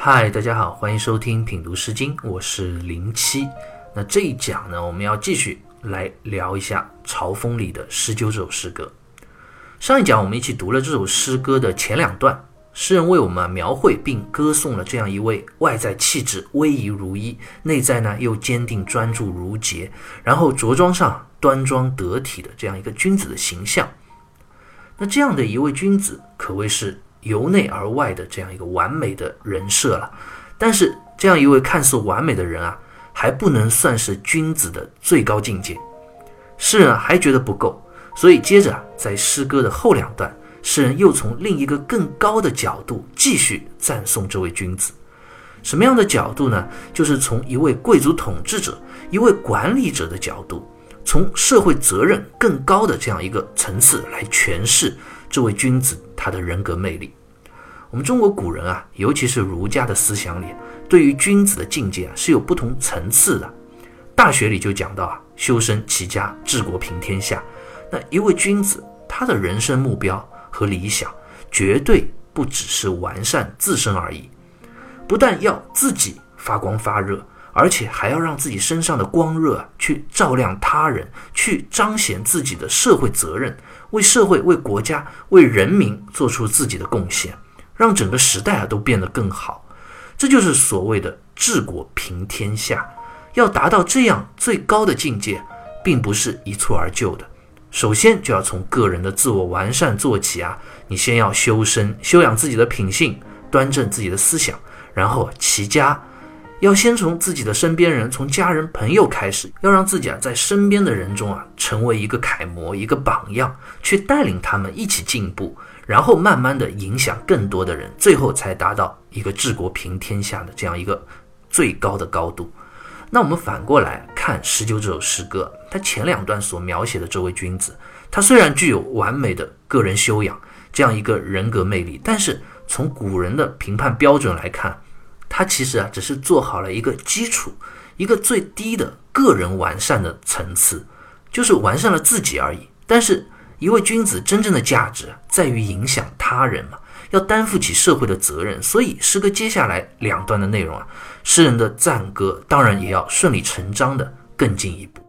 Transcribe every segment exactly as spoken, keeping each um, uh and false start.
嗨，大家好，欢迎收听品读诗经，我是零七。那这一讲呢，我们要继续来聊一下《朝风》里的诗鸠这首诗歌。上一讲我们一起读了这首诗歌的前两段，诗人为我们描绘并歌颂了这样一位外在气质威仪如一，内在呢又坚定专注如节，然后着装上端庄得体的这样一个君子的形象。那这样的一位君子可谓是由内而外的这样一个完美的人设了，但是这样一位看似完美的人啊，还不能算是君子的最高境界。诗人啊还觉得不够，所以接着啊，在诗歌的后两段，诗人又从另一个更高的角度继续赞颂这位君子。什么样的角度呢？就是从一位贵族统治者、一位管理者的角度，从社会责任更高的这样一个层次来诠释这位君子他的人格魅力。我们中国古人啊，尤其是儒家的思想里，对于君子的境界啊是有不同层次的。大学里就讲到啊，修身齐家治国平天下。那一位君子，他的人生目标和理想绝对不只是完善自身而已，不但要自己发光发热，而且还要让自己身上的光热啊去照亮他人，去彰显自己的社会责任，为社会、为国家、为人民做出自己的贡献，让整个时代啊都变得更好。这就是所谓的治国平天下。要达到这样最高的境界，并不是一蹴而就的。首先就要从个人的自我完善做起啊，你先要修身，修养自己的品性，端正自己的思想，然后齐家，要先从自己的身边人，从家人朋友开始，要让自己啊在身边的人中啊成为一个楷模，一个榜样，去带领他们一起进步，然后慢慢的影响更多的人，最后才达到一个治国平天下的这样一个最高的高度。那我们反过来看诗鸠这首诗歌，他前两段所描写的这位君子，他虽然具有完美的个人修养，这样一个人格魅力，但是从古人的评判标准来看，他其实啊只是做好了一个基础，一个最低的个人完善的层次，就是完善了自己而已。但是一位君子真正的价值在于影响他人嘛，要担负起社会的责任。所以诗歌接下来两段的内容啊，诗人的赞歌当然也要顺理成章的更进一步。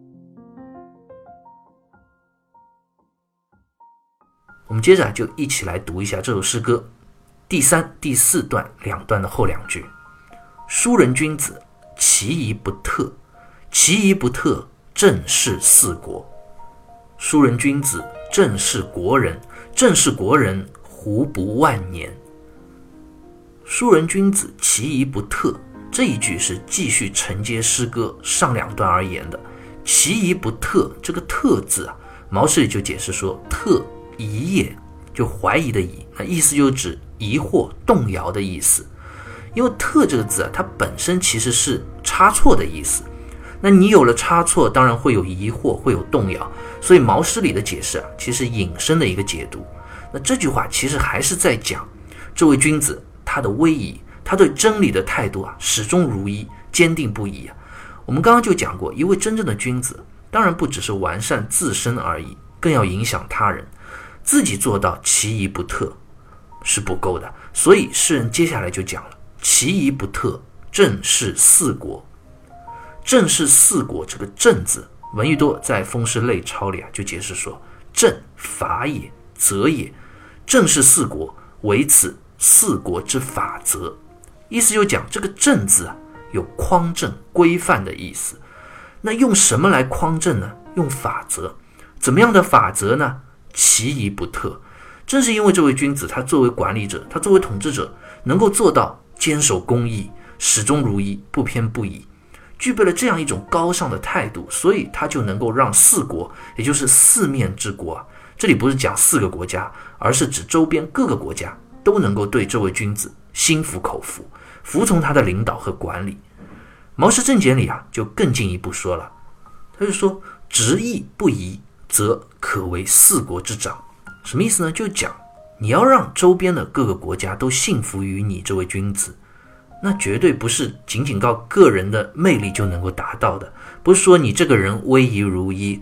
我们接着就一起来读一下这首诗歌第三、第四段两段的后两句。书人君子，其仪不特，其仪不特，正是四国。书人君子，正是国人，正是国人，胡不万年。书人君子，其仪不特，这一句是继续承接诗歌上两段而言的。其仪不特，这个特字啊，毛诗里就解释说，特疑也，就怀疑的疑，那意思就指疑惑、动摇的意思。因为特这个字啊，它本身其实是差错的意思。那你有了差错，当然会有疑惑，会有动摇。所以毛诗里的解释啊，其实引申的一个解读。那这句话其实还是在讲这位君子他的威仪，他对真理的态度啊，始终如一，坚定不移啊。我们刚刚就讲过，一位真正的君子，当然不只是完善自身而已，更要影响他人。自己做到其仪不特是不够的，所以诗人接下来就讲了，其仪不特，正是四国。正是四国这个正字，闻一多在风诗类钞里啊就解释说，正法也，则也，正是四国，为此四国之法则。意思就讲这个正字啊有匡正规范的意思。那用什么来匡正呢？用法则。怎么样的法则呢？其仪不特。正是因为这位君子他作为管理者，他作为统治者，能够做到坚守公义，始终如一，不偏不倚，具备了这样一种高尚的态度，所以他就能够让四国，也就是四面之国啊，这里不是讲四个国家，而是指周边各个国家都能够对这位君子心服口服，服从他的领导和管理。毛诗正解里啊就更进一步说了，他就说，直义不疑，则可为四国之长。什么意思呢？就讲你要让周边的各个国家都信服于你这位君子，那绝对不是仅仅靠个人的魅力就能够达到的。不是说你这个人威仪如一，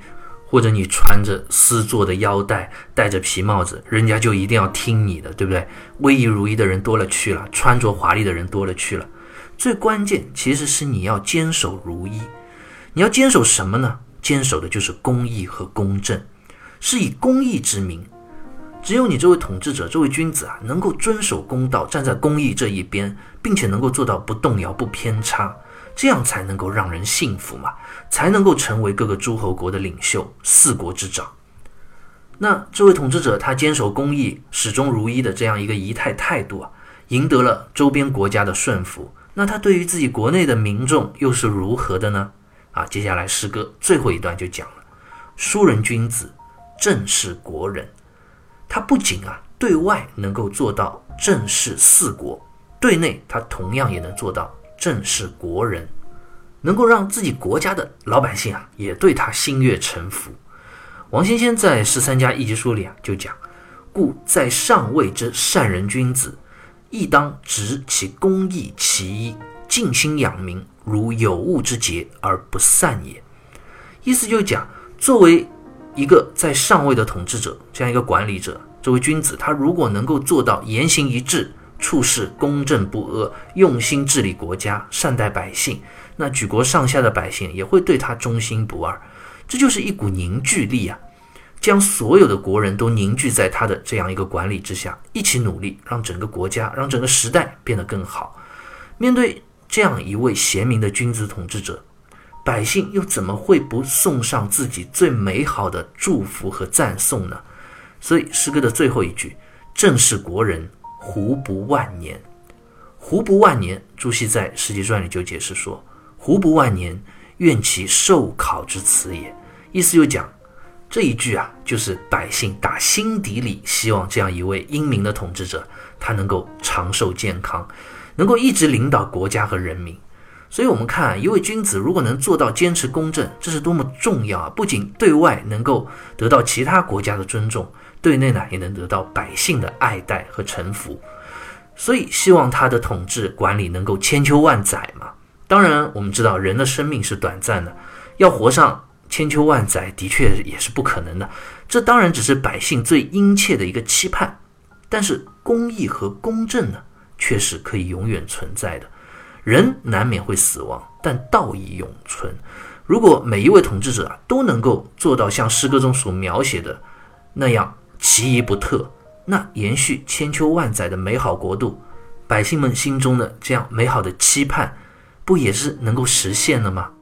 或者你穿着丝做的腰带，戴着皮帽子，人家就一定要听你的，对不对？威仪如一的人多了去了，穿着华丽的人多了去了。最关键其实是你要坚守如一。你要坚守什么呢？坚守的就是公义和公正，是以公义之名。只有你这位统治者，这位君子啊，能够遵守公道，站在公义这一边，并且能够做到不动摇、不偏差，这样才能够让人信服嘛，才能够成为各个诸侯国的领袖，四国之长。那这位统治者他坚守公义，始终如一的这样一个仪态态度啊，赢得了周边国家的顺服。那他对于自己国内的民众又是如何的呢？啊，接下来诗歌最后一段就讲了，书人君子，正视国人。他不仅啊对外能够做到正视四国，对内他同样也能做到正视国人，能够让自己国家的老百姓啊也对他心悦诚服。王先先在十三家一集书里啊就讲，故在上位之善人君子，亦当执其公义其一，尽心养民，如有物之节而不散也。意思就是讲，作为一个在上位的统治者，这样一个管理者，这位君子他如果能够做到言行一致，处事公正不阿，用心治理国家，善待百姓，那举国上下的百姓也会对他忠心不二。这就是一股凝聚力啊，将所有的国人都凝聚在他的这样一个管理之下，一起努力，让整个国家，让整个时代变得更好。面对这样一位贤明的君子统治者，百姓又怎么会不送上自己最美好的祝福和赞颂呢？所以诗歌的最后一句，正视国人，胡不万年。胡不万年，朱熹在《史记传》里就解释说，胡不万年，愿其受考之辞也。意思就讲，这一句啊，就是百姓打心底里希望这样一位英明的统治者，他能够长寿健康，能够一直领导国家和人民。所以我们看啊，一位君子如果能做到坚持公正，这是多么重要啊！不仅对外能够得到其他国家的尊重，对内呢也能得到百姓的爱戴和臣服。所以希望他的统治管理能够千秋万载嘛。当然我们知道人的生命是短暂的，要活上千秋万载的确也是不可能的，这当然只是百姓最殷切的一个期盼。但是公义和公正呢，却是可以永远存在的。人难免会死亡，但道义永存。如果每一位统治者啊都能够做到像诗歌中所描写的那样其一不特，那延续千秋万载的美好国度，百姓们心中的这样美好的期盼，不也是能够实现了吗？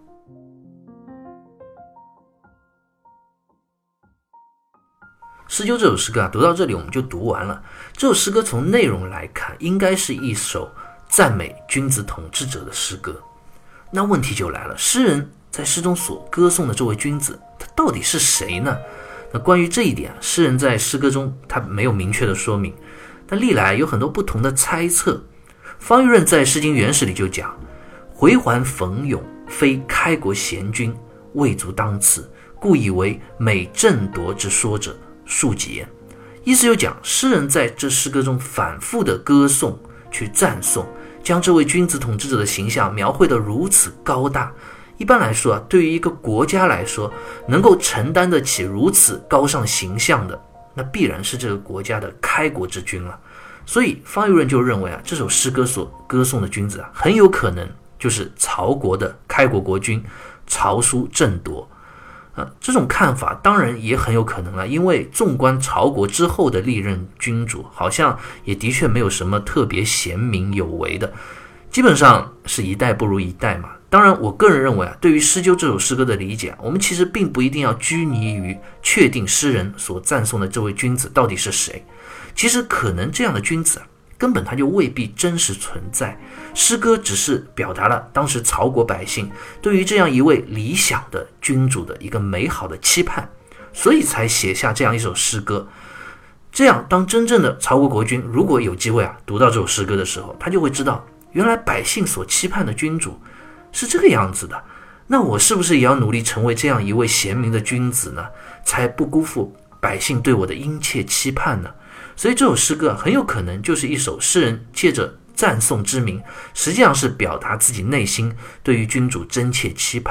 诗鸠这首诗歌啊，读到这里我们就读完了。这首诗歌从内容来看，应该是一首赞美君子统治者的诗歌。那问题就来了，诗人在诗中所歌颂的这位君子，他到底是谁呢？那关于这一点，诗人在诗歌中他没有明确的说明，但历来有很多不同的猜测。方玉润在《诗经原始》里就讲，回环冯永，非开国贤君，未足当此，故以为美正夺之说者，数几言。意思就讲，诗人在这诗歌中反复的歌颂，去赞颂，将这位君子统治者的形象描绘得如此高大。一般来说啊，对于一个国家来说，能够承担得起如此高尚形象的，那必然是这个国家的开国之君了。所以方玉润就认为啊，这首诗歌所歌颂的君子啊，很有可能就是曹国的开国国君曹叔郑铎。呃，这种看法当然也很有可能了，因为纵观曹国之后的历任君主，好像也的确没有什么特别贤明有为的，基本上是一代不如一代嘛。当然我个人认为啊，对于诗鸠这首诗歌的理解，我们其实并不一定要拘泥于确定诗人所赞颂的这位君子到底是谁。其实可能这样的君子啊，根本他就未必真实存在，诗歌只是表达了当时曹国百姓对于这样一位理想的君主的一个美好的期盼，所以才写下这样一首诗歌。这样当真正的曹国国君如果有机会啊读到这首诗歌的时候，他就会知道原来百姓所期盼的君主是这个样子的，那我是不是也要努力成为这样一位贤明的君子呢，才不辜负百姓对我的殷切期盼呢？所以这首诗歌很有可能就是一首诗人借着赞颂之名，实际上是表达自己内心对于君主真切期盼，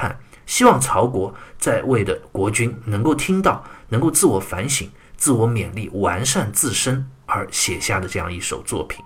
希望曹国在位的国君能够听到，能够自我反省、自我勉励、完善自身而写下的这样一首作品。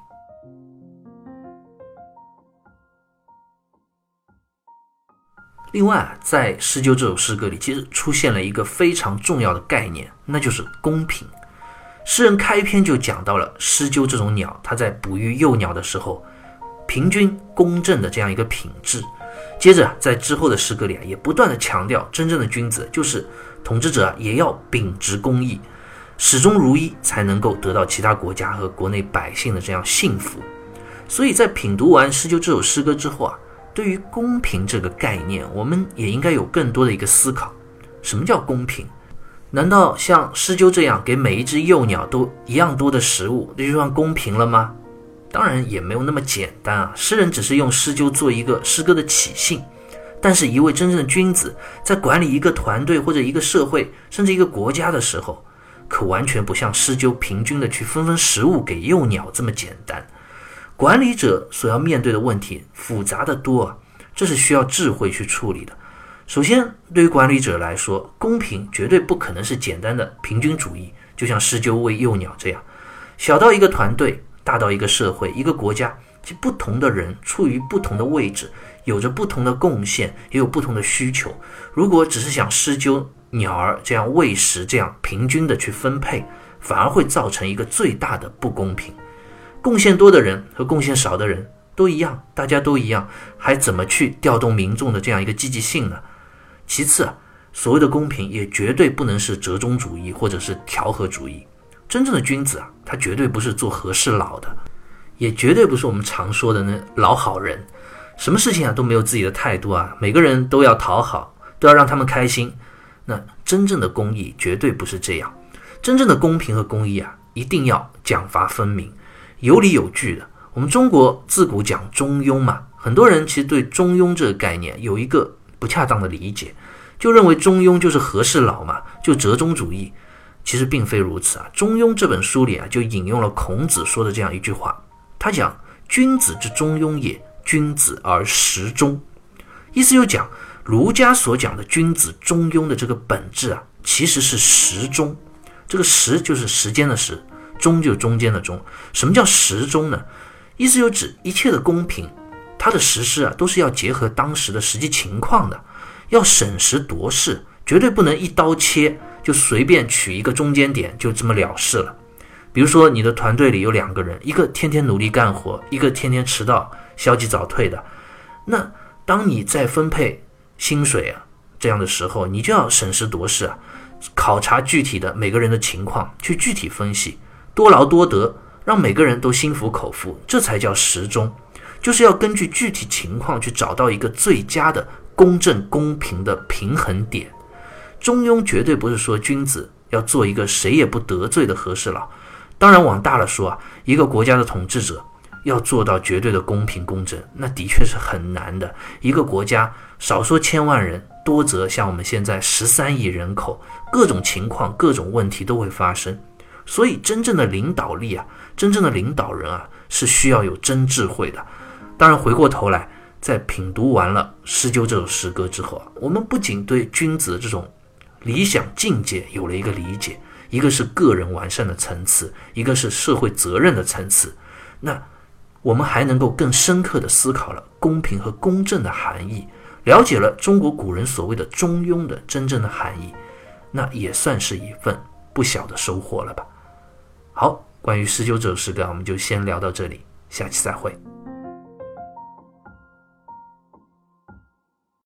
另外啊，在《诗鸠》这首诗歌里，其实出现了一个非常重要的概念，那就是公平。诗人开篇就讲到了诗鸠这种鸟，它在哺育幼鸟的时候，平均公正的这样一个品质。接着在之后的诗歌里啊，也不断的强调，真正的君子就是统治者啊，也要秉直公义，始终如一，才能够得到其他国家和国内百姓的这样幸福。所以在品读完诗鸠这首诗歌之后啊，对于公平这个概念，我们也应该有更多的一个思考。什么叫公平？难道像诗鸠这样给每一只幼鸟都一样多的食物，这就算公平了吗？当然也没有那么简单啊。诗人只是用诗鸠做一个诗歌的起兴，但是一位真正的君子在管理一个团队或者一个社会甚至一个国家的时候，可完全不像诗鸠平均的去分分食物给幼鸟这么简单。管理者所要面对的问题复杂的多啊，这是需要智慧去处理的。首先，对于管理者来说，公平绝对不可能是简单的平均主义，就像诗鸠喂幼鸟这样。小到一个团队，大到一个社会、一个国家，其不同的人处于不同的位置，有着不同的贡献，也有不同的需求。如果只是想诗鸠鸟儿这样喂食，这样平均的去分配，反而会造成一个最大的不公平。贡献多的人和贡献少的人都一样，大家都一样，还怎么去调动民众的这样一个积极性呢？其次啊，所谓的公平也绝对不能是折中主义或者是调和主义。真正的君子啊，他绝对不是做和事佬的，也绝对不是我们常说的那老好人，什么事情啊都没有自己的态度啊，每个人都要讨好，都要让他们开心。那真正的公义绝对不是这样，真正的公平和公义啊，一定要奖罚分明，有理有据的。我们中国自古讲中庸嘛，很多人其实对中庸这个概念有一个不恰当的理解，就认为中庸就是和事佬嘛，就折中主义。其实并非如此啊。中庸这本书里啊，就引用了孔子说的这样一句话，他讲君子之中庸也，君子而时中。意思就讲儒家所讲的君子中庸的这个本质啊，其实是时中。这个时就是时间的时，中就是中间的中。什么叫时中呢？意思就指一切的公平，它的实施啊，都是要结合当时的实际情况的，要审时度势，绝对不能一刀切，就随便取一个中间点就这么了事了。比如说你的团队里有两个人，一个天天努力干活，一个天天迟到消极早退的，那当你在分配薪水啊这样的时候，你就要审时度势啊，考察具体的每个人的情况，去具体分析，多劳多得，让每个人都心服口服，这才叫时中。就是要根据具体情况去找到一个最佳的公正公平的平衡点。中庸绝对不是说君子要做一个谁也不得罪的和事佬，当然往大了说啊，一个国家的统治者要做到绝对的公平公正，那的确是很难的。一个国家少说千万人，多则像我们现在十三亿人口，各种情况各种问题都会发生。所以真正的领导力啊，真正的领导人啊，是需要有真智慧的。当然回过头来，在品读完了诗鸠这首诗歌之后啊，我们不仅对君子的这种理想境界有了一个理解，一个是个人完善的层次，一个是社会责任的层次，那我们还能够更深刻地思考了公平和公正的含义，了解了中国古人所谓的中庸的真正的含义，那也算是一份不小的收获了吧。好，关于诗鸠这首诗歌我们就先聊到这里，下期再会。